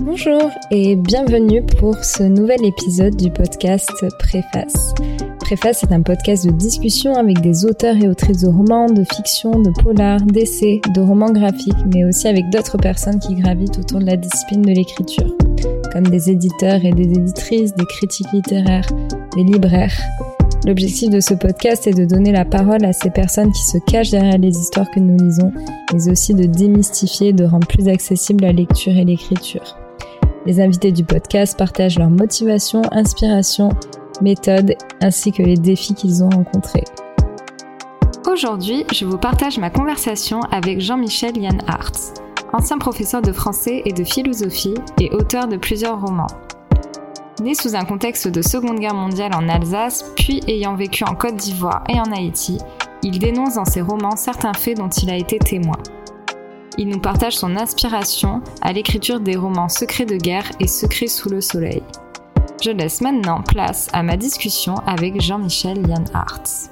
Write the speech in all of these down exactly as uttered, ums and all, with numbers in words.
Bonjour et bienvenue pour ce nouvel épisode du podcast Préface. Préface est un podcast de discussion avec des auteurs et autrices de romans, de fiction, de polar, d'essais, de romans graphiques, mais aussi avec d'autres personnes qui gravitent autour de la discipline de l'écriture, comme des éditeurs et des éditrices, des critiques littéraires, des libraires. L'objectif de ce podcast est de donner la parole à ces personnes qui se cachent derrière les histoires que nous lisons, mais aussi de démystifier et de rendre plus accessible la lecture et l'écriture. Les invités du podcast partagent leurs motivations, inspirations, méthodes, ainsi que les défis qu'ils ont rencontrés. Aujourd'hui, je vous partage ma conversation avec Jean-Michel Yann Hartz, ancien professeur de français et de philosophie et auteur de plusieurs romans. Né sous un contexte de Seconde Guerre mondiale en Alsace, puis ayant vécu en Côte d'Ivoire et en Haïti, il dénonce dans ses romans certains faits dont il a été témoin. Il nous partage son inspiration à l'écriture des romans Secrets de guerre et Secrets sous le soleil. Je laisse maintenant place à ma discussion avec Jean-Michel Yann Hartz.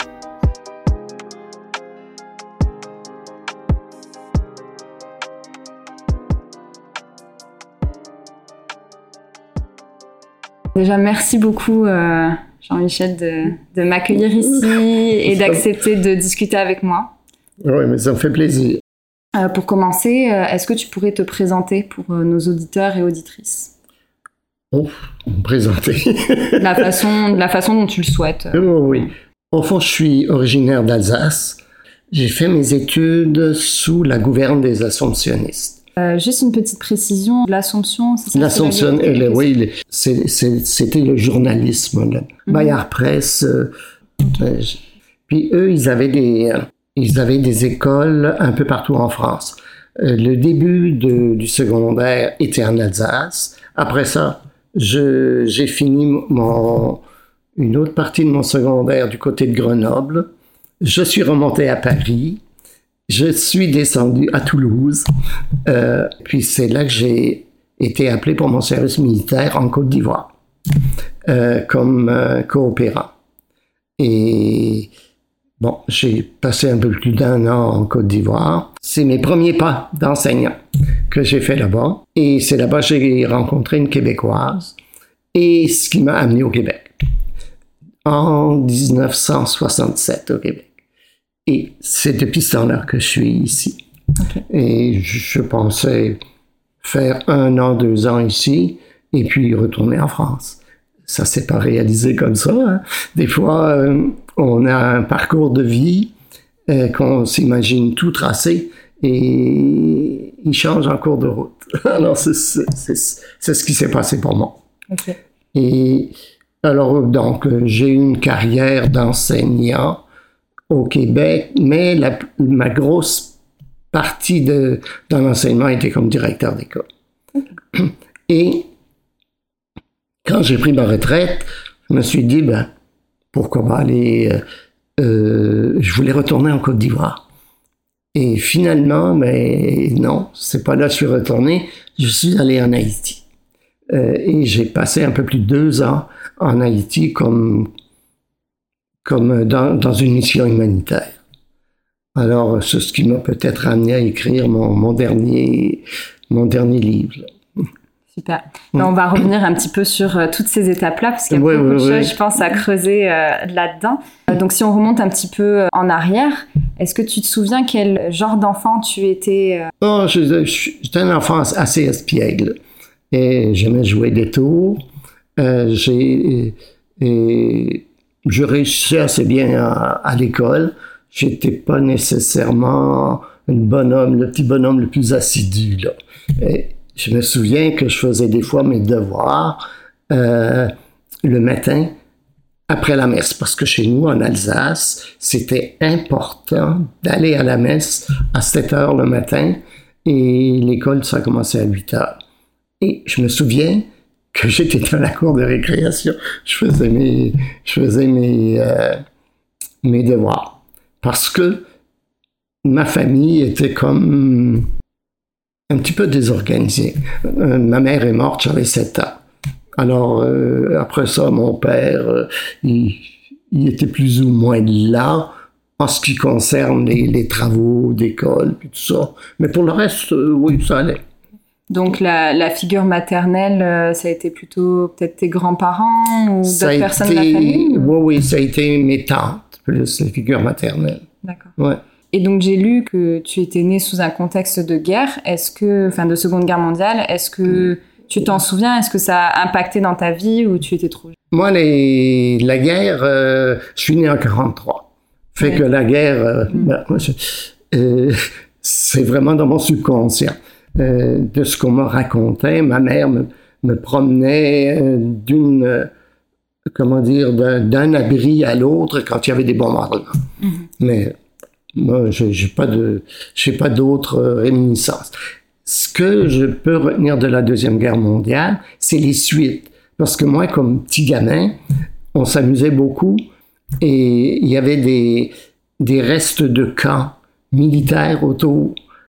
Déjà, merci beaucoup euh, Jean-Michel de, de m'accueillir ici et d'accepter de discuter avec moi. Oui, mais ça me fait plaisir. Euh, pour commencer, euh, est-ce que tu pourrais te présenter pour euh, nos auditeurs et auditrices ? Oh, me présenter. la, façon, la façon dont tu le souhaites. Euh. Oh, oui. Au fond, je suis originaire d'Alsace. J'ai fait mes études sous la gouverne des Assomptionnistes. Euh, juste une petite précision, l'Assomption, c'est ça? L'Assomption, elle, oui, c'est, c'est, c'était le journalisme, le mm-hmm. Bayard Presse. Euh, okay. euh, puis eux, ils avaient des... Euh, Ils avaient des écoles un peu partout en France. Euh, le début de, du secondaire était en Alsace. Après ça, je, j'ai fini mon, une autre partie de mon secondaire du côté de Grenoble. Je suis remonté à Paris. Je suis descendu à Toulouse. Euh, puis c'est là que j'ai été appelé pour mon service militaire en Côte d'Ivoire, euh, comme euh, coopérant. Et... Bon, j'ai passé un peu plus d'un an en Côte d'Ivoire. C'est mes premiers pas d'enseignant que j'ai fait là-bas. Et c'est là-bas que j'ai rencontré une Québécoise. Et ce qui m'a amené au Québec. En dix-neuf cent soixante-sept, au Québec. Et c'est depuis ce temps-là que je suis ici. Okay. Et je pensais faire un an, deux ans ici, et puis retourner en France. Ça s'est pas réalisé comme ça. Hein. Des fois... Euh, on a un parcours de vie euh, qu'on s'imagine tout tracé et il change en cours de route. Alors, c'est, c'est, c'est, c'est ce qui s'est passé pour moi. Okay. Et alors, donc, j'ai eu une carrière d'enseignant au Québec, mais la, ma grosse partie de, de l'enseignement était comme directeur d'école. Okay. Et quand j'ai pris ma retraite, je me suis dit, ben, pourquoi pas aller... Euh, euh, je voulais retourner en Côte d'Ivoire. Et finalement, mais non, c'est pas là que je suis retourné. Je suis allé en Haïti. Euh, et j'ai passé un peu plus de deux ans en Haïti comme, comme dans, dans une mission humanitaire. Alors, c'est ce qui m'a peut-être amené à écrire mon, mon, dernier, mon dernier livre. Là. Super. Mmh. On va revenir un petit peu sur euh, toutes ces étapes-là, parce qu'il y a oui, beaucoup oui, de oui. choses, je pense, à creuser euh, là-dedans. Euh, donc, si on remonte un petit peu euh, en arrière, est-ce que tu te souviens quel genre d'enfant tu étais euh... Oh, je, je, j'étais un enfant assez espiègle. Et j'aimais jouer des tours. Euh, j'ai, et je réussissais assez bien à, à l'école. J'étais pas nécessairement le bonhomme, le petit bonhomme le plus assidu, là. Et, je me souviens que je faisais des fois mes devoirs euh, le matin après la messe, parce que chez nous, en Alsace, c'était important d'aller à la messe à sept heures le matin et l'école, ça commençait à huit heures. Et je me souviens que j'étais dans la cour de récréation, je faisais mes, je faisais mes, euh, mes devoirs, parce que ma famille était comme... un petit peu désorganisé. Euh, ma mère est morte, j'avais sept ans. Alors, euh, après ça, mon père, euh, il, il était plus ou moins là en ce qui concerne les, les travaux d'école, puis tout ça. Mais pour le reste, euh, oui, ça allait. Donc la, la figure maternelle, euh, ça a été plutôt peut-être tes grands-parents ou Ça d'autres a personnes été- de la famille? ou- Oui, oui, ça a été mes tantes, plus les figures maternelles. D'accord. Ouais. Et donc j'ai lu que tu étais né sous un contexte de guerre, est-ce que, enfin de Seconde Guerre mondiale, est-ce que tu t'en souviens, est-ce que ça a impacté dans ta vie ou tu étais trop jeune? Moi, les, la guerre, euh, je suis né en quarante-trois. Fait Ouais. que la guerre, euh, Mm. ben, moi, je- euh, c'est vraiment dans mon subconscient. Euh, de ce qu'on me racontait, ma mère me, me promenait euh, d'une, euh, comment dire, d'un, d'un abri à l'autre quand il y avait des bombardements. Mhm. Mais moi, j'ai, j'ai pas de, j'ai pas d'autres euh, réminiscences. Ce que je peux retenir de la Deuxième Guerre mondiale, c'est les suites. Parce que moi, comme petit gamin, on s'amusait beaucoup et il y avait des, des restes de camps militaires autour.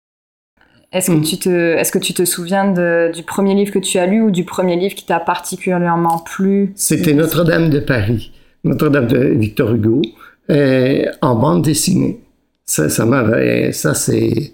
Est-ce que, Mm. tu te, est-ce que tu te souviens de, du premier livre que tu as lu ou du premier livre qui t'a particulièrement plu? C'était Notre-Dame de Paris, Notre-Dame de Victor Hugo, euh, en bande dessinée. Ça, ça m'avait, ça c'est,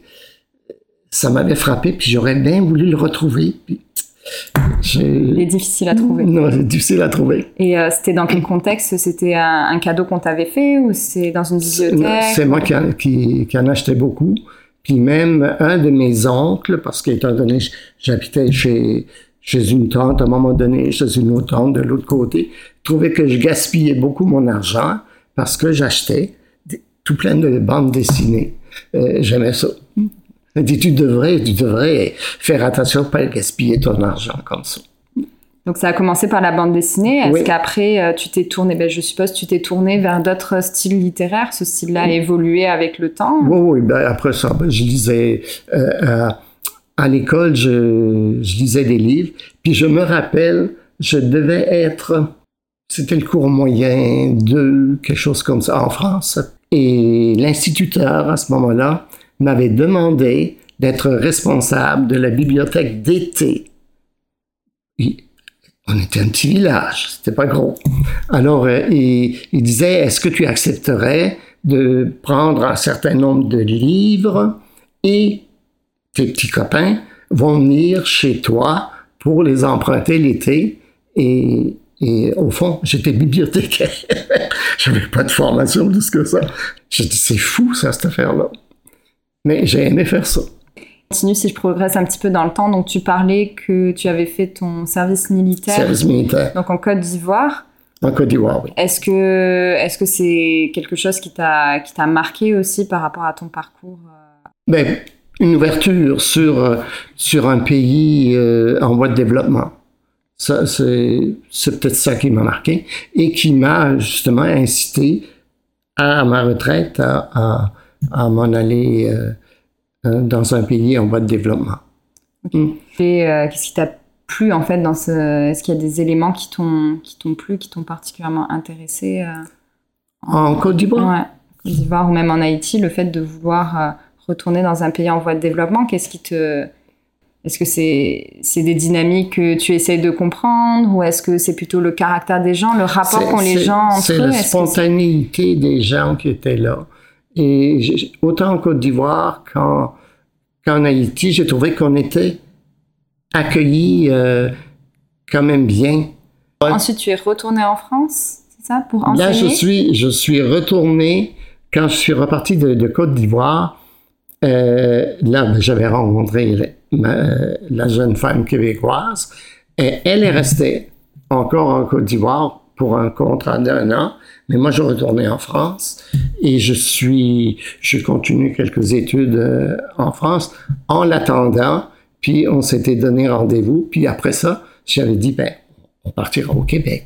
ça m'avait frappé, puis j'aurais bien voulu le retrouver. Puis j'ai- Il est difficile à trouver. Non, c'est difficile à trouver. Et euh, c'était dans quel contexte? C'était un, un cadeau qu'on t'avait fait ou c'est dans une bibliothèque? C'est moi qui en, qui, qui en achetais beaucoup. Puis même un de mes oncles, parce qu'étant donné, j'habitais chez, chez une tante à un moment donné, chez une autre tante de l'autre côté, trouvait que je gaspillais beaucoup mon argent parce que j'achetais des- tout plein de bandes dessinées. Euh, j'aimais ça. Il dit, tu devrais, tu devrais faire attention à ne pas gaspiller ton argent comme ça. Donc ça a commencé par la bande dessinée. Est-ce Oui. qu'après euh, tu t'es tourné, ben, je suppose tu t'es tourné vers d'autres styles littéraires? Ce style-là a évolué avec le temps? Oui, oui, ben après ça, ben, je lisais, euh, à, à l'école, je, je lisais des livres, puis je me rappelle, je devais être, c'était le cours moyen deux, quelque chose comme ça, en France, et l'instituteur, à ce moment-là, m'avait demandé d'être responsable de la bibliothèque d'été. Et on était un petit village, c'était pas gros. Alors, euh, il, il disait, est-ce que tu accepterais de prendre un certain nombre de livres et tes petits copains vont venir chez toi pour les emprunter l'été et, et au fond, j'étais bibliothécaire. J'avais pas de formation plus que ça. J'ai dit, c'est fou ça, cette affaire-là. Mais j'ai aimé faire ça. Continue si je progresse un petit peu dans le temps. Donc tu parlais que tu avais fait ton service militaire. Service militaire. Donc en Côte d'Ivoire. En Côte d'Ivoire, oui. Est-ce que, est-ce que c'est quelque chose qui t'a, qui t'a marqué aussi par rapport à ton parcours? Ben, une ouverture sur, euh, sur un pays euh, en voie de développement. Ça, c'est, c'est peut-être ça qui m'a marqué et qui m'a justement incité à, à ma retraite à, à, à m'en aller euh, dans un pays en voie de développement. Okay. Mm. Et euh, qu'est-ce qui t'a plu en fait dans ce... Est-ce qu'il y a des éléments qui t'ont, qui t'ont plu, qui t'ont particulièrement intéressé euh, en... en Côte d'Ivoire? Ouais, Côte d'Ivoire ou même en Haïti, le fait de vouloir euh, retourner dans un pays en voie de développement, qu'est-ce qui te... Est-ce que c'est, c'est des dynamiques que tu essayes de comprendre ou est-ce que c'est plutôt le caractère des gens, le rapport qu'ont les gens entre c'est eux? C'est la est-ce spontanéité c'est... des gens qui étaient là. Et autant en Côte d'Ivoire qu'en, qu'en Haïti, j'ai trouvé qu'on était accueillis euh, quand même bien. Ensuite, tu es retourné en France, c'est ça, pour enseigner? Là, je suis, je suis retourné, quand je suis reparti de, de Côte d'Ivoire, euh, là, ben, j'avais rencontré ma, la jeune femme québécoise, et elle est restée encore en Côte d'Ivoire pour un contrat d'un an, mais moi, je retournais en France et je suis, je continue quelques études euh, en France en l'attendant, puis on s'était donné rendez-vous, puis après ça, j'avais dit, ben, on partira au Québec.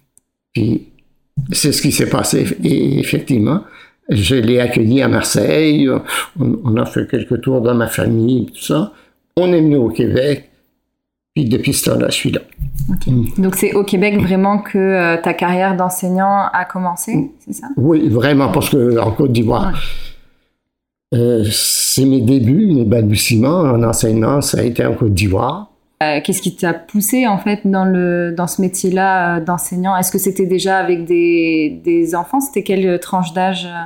Puis c'est ce qui s'est passé, et effectivement, je l'ai accueilli à Marseille, on, on a fait quelques tours dans ma famille, tout ça. On est venu au Québec, puis depuis ce temps-là, je suis là. Okay. Mm. Donc c'est au Québec vraiment que euh, ta carrière d'enseignant a commencé, mm. c'est ça? Oui, vraiment, parce qu'en Côte d'Ivoire, ouais. euh, c'est mes débuts, mes balbutiements en enseignement, ça a été en Côte d'Ivoire. Euh, qu'est-ce qui t'a poussé en fait dans, le, dans ce métier-là euh, d'enseignant? Est-ce que c'était déjà avec des, des enfants? C'était quelle tranche d'âge?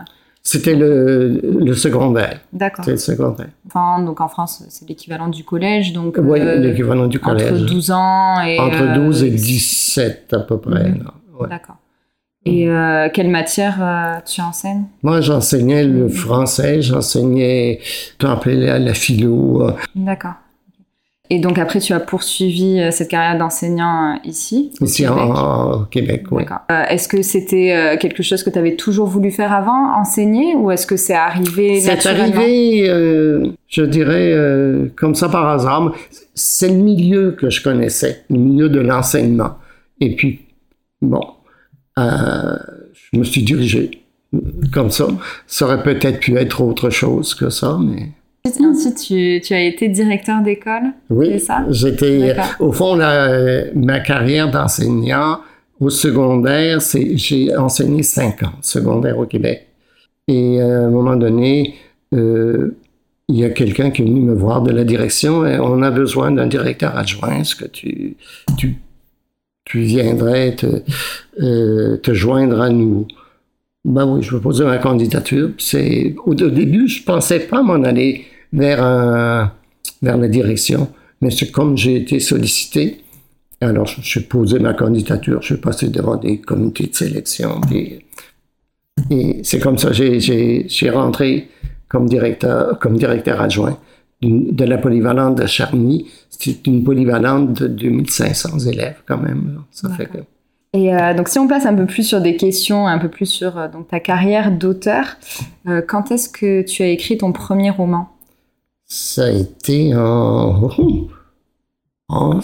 C'était le, le secondaire. D'accord. C'était le secondaire. Enfin, donc en France, c'est l'équivalent du collège. Donc, oui, euh, l'équivalent du collège. Entre douze ans et... Entre douze euh, et dix-sept à peu près. Mmh. Là. Ouais. D'accord. Et euh, quelle matière euh, tu enseignes? Moi, j'enseignais le français, j'enseignais, tu appelais la, la philo. Euh. D'accord. Et donc après, tu as poursuivi euh, cette carrière d'enseignant euh, ici, au Ici Québec. En, en, au Québec, oui. D'accord. Euh, est-ce que c'était euh, quelque chose que tu avais toujours voulu faire avant, enseigner, ou est-ce que c'est arrivé c'est naturellement? C'est arrivé, euh, je dirais, euh, comme ça par hasard. C'est le milieu que je connaissais, le milieu de l'enseignement. Et puis, bon... Euh, je me suis dirigé comme ça. Ça aurait peut-être pu être autre chose que ça, mais... Ensuite, tu, tu as été directeur d'école, oui, c'est ça? J'étais... Au fond, la, ma carrière d'enseignant au secondaire, c'est, j'ai enseigné cinq ans, secondaire au Québec. Et à un moment donné, euh, il y a quelqu'un qui est venu me voir de la direction et on a besoin d'un directeur adjoint. Est-ce que tu... tu tu viendrais te, euh, te joindre à nous. Ben oui, je vais poser ma candidature. C'est, au, au début, je pensais pas m'en aller vers, un, vers la direction, mais c'est comme j'ai été sollicité, alors j'ai posé ma candidature, je suis passé devant des comités de sélection, des, et c'est comme ça que j'ai, j'ai, j'ai rentré comme directeur, comme directeur adjoint de la polyvalente de Charny. C'est une polyvalente de deux mille cinq cents élèves quand même. Ça fait que... Et euh, donc si on passe un peu plus sur des questions, un peu plus sur euh, donc ta carrière d'auteur, euh, quand est-ce que tu as écrit ton premier roman? Ça a été en... en...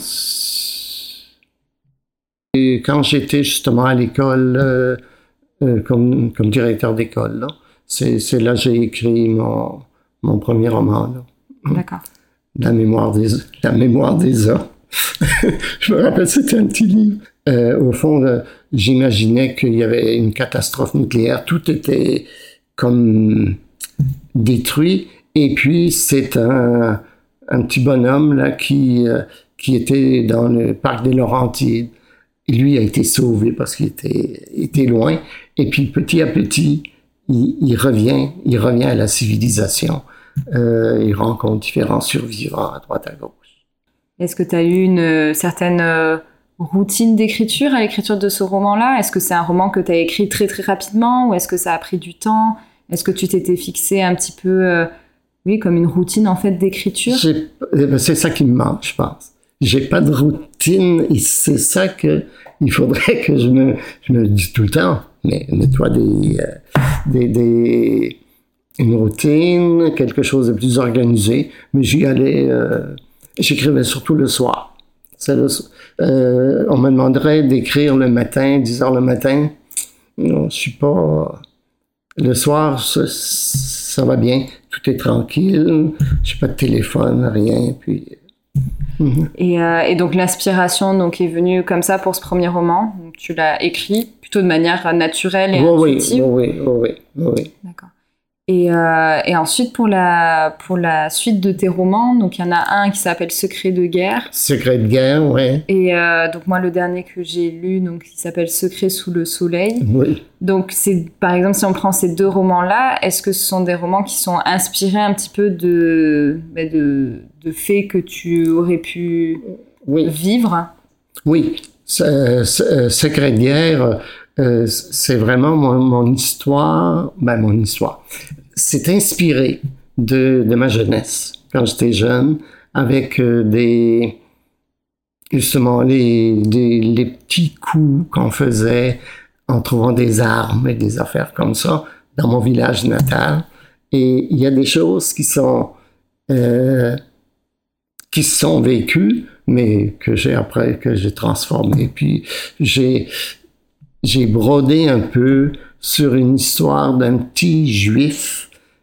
Et quand j'étais justement à l'école euh, euh, comme, comme directeur d'école, là, c'est, c'est là que j'ai écrit mon, mon premier roman. Là. D'accord. La mémoire des, la mémoire des hommes. Je me rappelle, c'était un petit livre. Euh, au fond, euh, j'imaginais qu'il y avait une catastrophe nucléaire. Tout était comme détruit. Et puis, c'est un, un petit bonhomme là qui, euh, qui était dans le parc des Laurentides. Et lui a été sauvé parce qu'il était, était loin. Et puis, petit à petit, il, il revient, il revient à la civilisation. Euh, il rencontre différents survivants à droite à gauche. Est-ce que tu as eu une certaine euh, routine d'écriture à l'écriture de ce roman-là? Est-ce que c'est un roman que tu as écrit très très rapidement ou est-ce que ça a pris du temps? Est-ce que tu t'étais fixé un petit peu, euh, oui, comme une routine en fait d'écriture? J'ai, c'est ça qui me manque, je pense. J'ai pas de routine et c'est ça que il faudrait que je me, je me dise tout le temps. Mais mets-toi des, euh, des, des une routine, quelque chose de plus organisé, mais j'y allais, euh, j'écrivais surtout le soir. C'est le, euh, on me demanderait d'écrire le matin, dix heures le matin. Non, je suis pas... Le soir, ça, ça va bien, tout est tranquille, j'ai pas de téléphone, rien, puis... Mm-hmm. Et, euh, et donc l'inspiration donc, est venue comme ça pour ce premier roman. Donc, tu l'as écrit plutôt de manière naturelle et oui, intuitive. Oui, oui, oui, oui, oui. D'accord. Et, euh, et ensuite, pour la, pour la suite de tes romans, donc il y en a un qui s'appelle Secret de guerre. Secret de guerre, ouais. Et euh, donc moi, le dernier que j'ai lu, donc il s'appelle Secret sous le soleil. Oui. Donc c'est, par exemple, si on prend ces deux romans-là, est-ce que ce sont des romans qui sont inspirés un petit peu de, de, de faits que tu aurais pu oui. vivre? Oui. Ce, ce, Secret de guerre, euh, c'est vraiment mon, mon histoire, ben mon histoire. C'est inspiré de, de ma jeunesse, quand j'étais jeune, avec euh, des, justement, les, des, les petits coups qu'on faisait en trouvant des armes et des affaires comme ça dans mon village natal. Et il y a des choses qui sont, euh, qui sont vécues, mais que j'ai après, que j'ai transformées. Puis j'ai, j'ai brodé un peu sur une histoire d'un petit juif,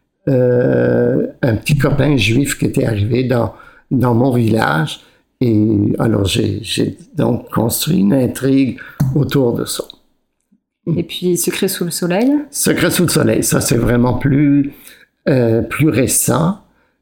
euh, un petit copain juif qui était arrivé dans, dans mon village. Et alors j'ai, j'ai donc construit une intrigue autour de ça. Et puis Secret sous le soleil? Secret sous le soleil, ça c'est vraiment plus, euh, plus récent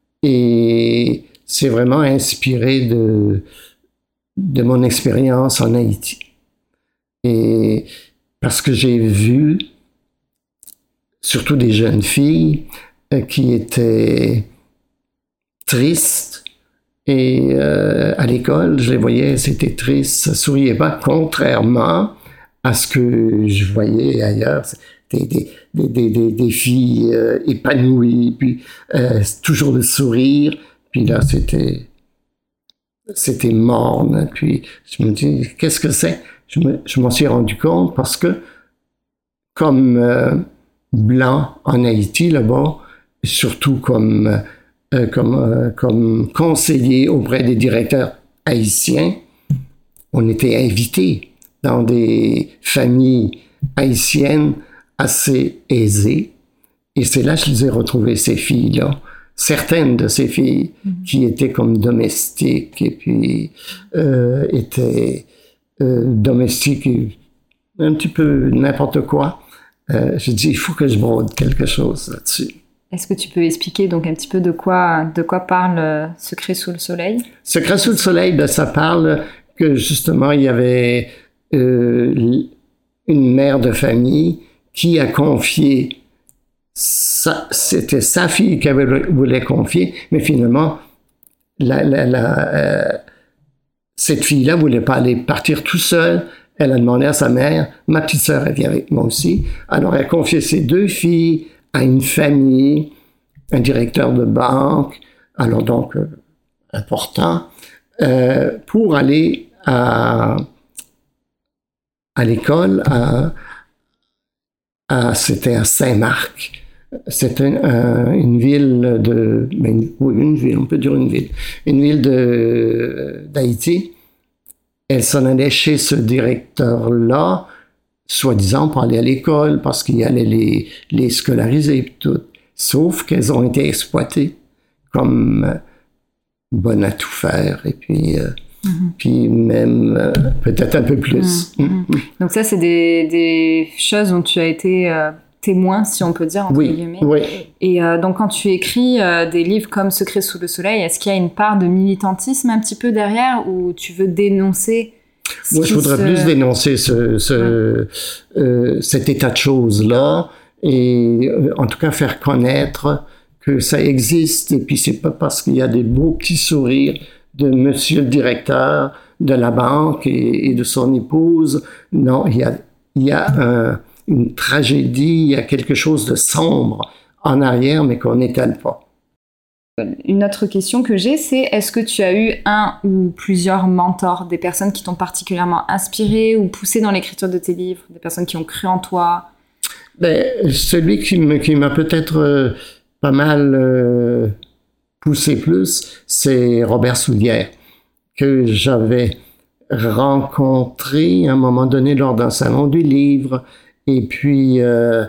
et c'est vraiment inspiré de, de mon expérience en Haïti. Et parce que j'ai vu surtout des jeunes filles euh, qui étaient tristes. Et euh, à l'école, je les voyais, c'était triste, ça souriait pas, contrairement à ce que je voyais ailleurs. Des, des, des, des, des filles euh, épanouies, puis euh, toujours le sourire. Puis là, c'était, c'était morne. Puis je me dis, qu'est-ce que c'est? Je, me, je m'en suis rendu compte parce que, comme euh, blanc en Haïti, là-bas, surtout comme, euh, comme, euh, comme conseiller auprès des directeurs haïtiens, on était invités dans des familles haïtiennes assez aisées. Et c'est là que je les ai retrouvées, ces filles-là. Certaines de ces filles mm-hmm. qui étaient comme domestiques et puis euh, étaient euh, domestiques et un petit peu n'importe quoi. Euh, j'ai dit, il faut que je brode quelque chose là-dessus. Est-ce que tu peux expliquer donc un petit peu de quoi, de quoi parle euh, Secret sous le soleil? Secret sous le soleil, ben, ça parle que justement, il y avait euh, une mère de famille qui a confié, sa, c'était sa fille qu'elle voulait confier, mais finalement, la, la, la, euh, cette fille-là voulait pas aller partir tout seule. Elle a demandé à sa mère, ma petite sœur, elle vient avec moi aussi. Alors, elle a confié ses deux filles à une famille, un directeur de banque, alors donc euh, important, euh, pour aller à, à l'école, à, à, c'était à Saint-Marc. C'était un, une ville de... Ben, oui, une ville, on peut dire une ville. Une ville de, d'Haïti. Elle s'en allait chez ce directeur-là, soi-disant pour aller à l'école, parce qu'il allait les, les scolariser et tout. Sauf qu'elles ont été exploitées comme euh, bonnes à tout faire. Et puis, euh, mm-hmm. puis même euh, peut-être un peu plus. Mm-hmm. Mm-hmm. Donc ça, c'est des, des choses dont tu as été euh, témoin, si on peut dire, entre oui, guillemets. Oui. Et euh, donc quand tu écris euh, des livres comme Secret sous le soleil, est-ce qu'il y a une part de militantisme un petit peu derrière, ou tu veux dénoncer? Moi, je voudrais se... plus dénoncer ce, ce, ouais. euh, cet état de choses-là, et euh, en tout cas faire connaître que ça existe, et puis c'est pas parce qu'il y a des beaux petits sourires de monsieur le directeur de la banque et, et de son épouse. Non, il y a, il y a un, une tragédie, il y a quelque chose de sombre en arrière, mais qu'on n'étale pas. Une autre question que j'ai, c'est est-ce que tu as eu un ou plusieurs mentors, des personnes qui t'ont particulièrement inspiré ou poussé dans l'écriture de tes livres, des personnes qui ont cru en toi? Ben, celui qui, me, qui m'a peut-être euh, pas mal euh, poussé plus, c'est Robert Soulière, que j'avais rencontré à un moment donné lors d'un salon du livre, et puis... Euh,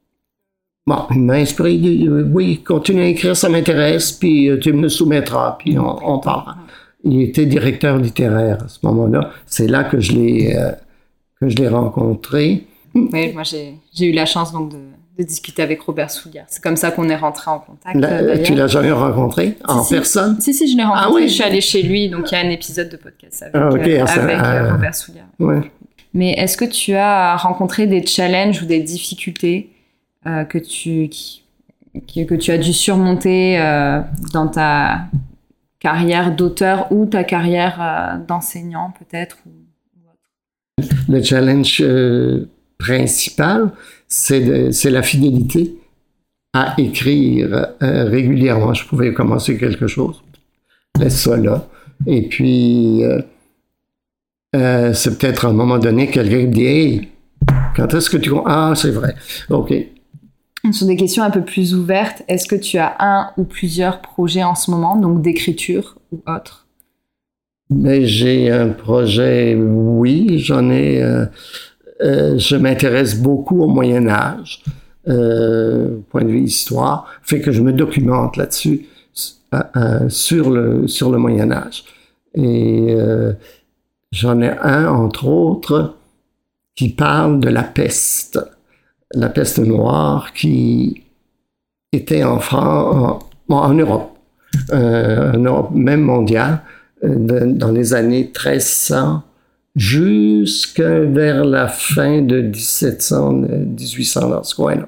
Bon, il m'a inspiré, il dit, oui, continue à écrire, ça m'intéresse, puis tu me le soumettras, puis on, on parle. Il était directeur littéraire à ce moment-là. C'est là que je l'ai, euh, que je l'ai rencontré. Oui, moi j'ai, j'ai eu la chance donc de, de discuter avec Robert Soulière. C'est comme ça qu'on est rentré en contact. Là, tu l'as jamais rencontré en si, personne? Si, si, je l'ai rencontré. Ah, oui. Je suis allée chez lui, donc il y a un épisode de podcast avec, ah, okay, euh, ça, avec euh, Robert Soulière. Ouais. Mais est-ce que tu as rencontré des challenges ou des difficultés Euh, que tu qui, qui, que tu as dû surmonter euh, dans ta carrière d'auteur ou ta carrière euh, d'enseignant peut-être ou, ou autre? Le challenge euh, principal, c'est, de, c'est la fidélité à écrire euh, régulièrement. Je pouvais commencer quelque chose, laisse ça là, et puis euh, euh, c'est peut-être à un moment donné quelqu'un qui dit « Hey, quand est-ce que tu... » Ah, c'est vrai, OK. Sur des questions un peu plus ouvertes, est-ce que tu as un ou plusieurs projets en ce moment, donc d'écriture ou autre? Mais j'ai un projet, oui, j'en ai. Euh, euh, je m'intéresse beaucoup au Moyen Âge, euh, point de vue histoire, fait que je me documente là-dessus euh, euh, sur le sur le Moyen Âge. Et euh, j'en ai un, entre autres, qui parle de la peste. La peste noire qui était en France, en, en Europe, euh, en Europe même mondiale, euh, de, dans les années treize cents jusqu'à vers la fin de dix-sept cents, dix-huit cents, dans ce coin-là.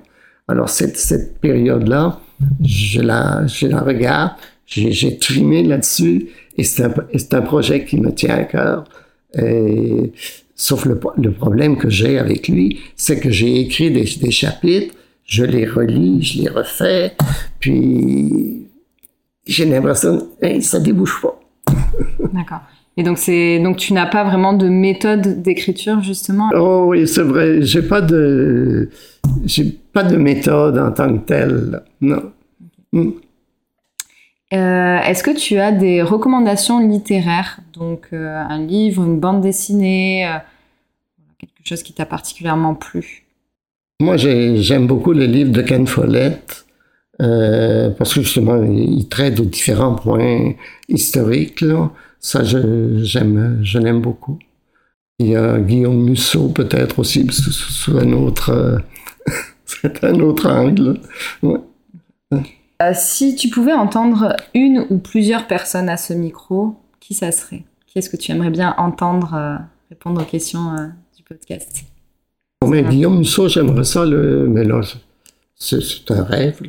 Alors, cette, cette période-là, je la, je la regarde, j'ai, j'ai trimé là-dessus, et c'est un, c'est un projet qui me tient à cœur. Et, sauf le, le problème que j'ai avec lui, c'est que j'ai écrit des, des chapitres, je les relis, je les refais, puis j'ai l'impression que hey, ça débouche pas. D'accord. Et donc, c'est, donc tu n'as pas vraiment de méthode d'écriture, justement? Oh oui, c'est vrai. J'ai pas de, j'ai pas de méthode en tant que telle. Non. Mm. Euh, est-ce que tu as des recommandations littéraires? Donc, euh, un livre, une bande dessinée, euh, quelque chose qui t'a particulièrement plu? Moi, j'ai, j'aime beaucoup le livre de Ken Follett, euh, parce que justement, il traite de différents points historiques, là. Ça, je, j'aime, je l'aime beaucoup. Il y a Guillaume Musso, peut-être aussi, sous, sous un autre, euh, c'est un autre angle. Ouais. Euh, si tu pouvais entendre une ou plusieurs personnes à ce micro, qui ça serait? Qui est-ce que tu aimerais bien entendre euh, répondre aux questions euh, du podcast? Mais Guillaume Musso, j'aimerais ça, le, mais là, c'est, c'est un rêve.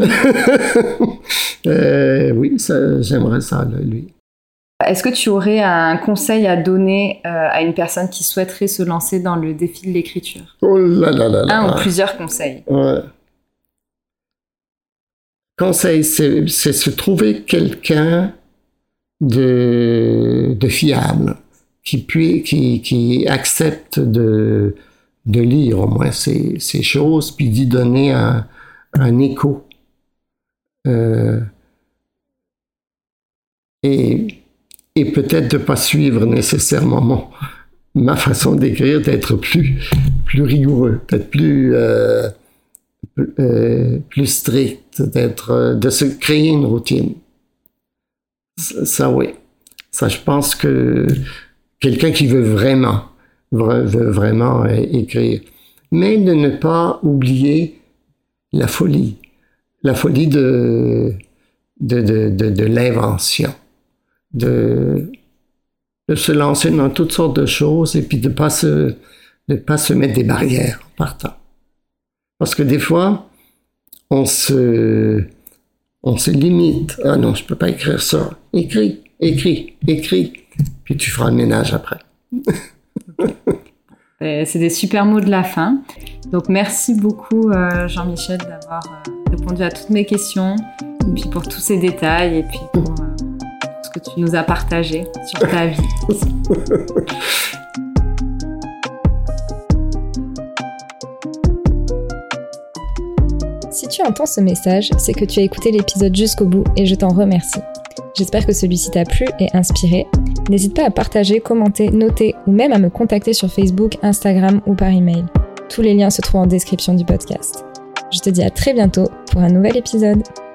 euh, oui, ça, j'aimerais ça, là, lui. Est-ce que tu aurais un conseil à donner euh, à une personne qui souhaiterait se lancer dans le défi de l'écriture? Oh là là là là. Un ou plusieurs conseils. Ouais. Conseil, c'est, c'est se trouver quelqu'un de, de fiable, qui, puis, qui, qui accepte de, de lire au moins ces, ces choses, puis d'y donner un, un écho. Euh, et Et peut-être de ne pas suivre nécessairement mon, ma façon d'écrire, d'être plus, plus rigoureux, d'être plus, euh, plus, euh, plus strict, d'être, de se créer une routine. Ça, ça, oui. Ça, je pense que quelqu'un qui veut vraiment, veut vraiment écrire. Mais de ne pas oublier la folie. La folie de, de, de, de, de l'invention. De, de se lancer dans toutes sortes de choses et puis de pas se, de pas se mettre des barrières en partant. Parce que des fois, on se, on se limite. Ah non, je peux pas écrire ça. Écris, écris, écris. Puis tu feras le ménage après. C'est des super mots de la fin. Donc merci beaucoup Jean-Michel d'avoir répondu à toutes mes questions et puis pour tous ces détails et puis pour que tu nous as partagé sur ta vie. Si tu entends ce message, c'est que tu as écouté l'épisode jusqu'au bout et je t'en remercie. J'espère que celui-ci t'a plu et inspiré. N'hésite pas à partager, commenter, noter ou même à me contacter sur Facebook, Instagram ou par email. Tous les liens se trouvent en description du podcast. Je te dis à très bientôt pour un nouvel épisode.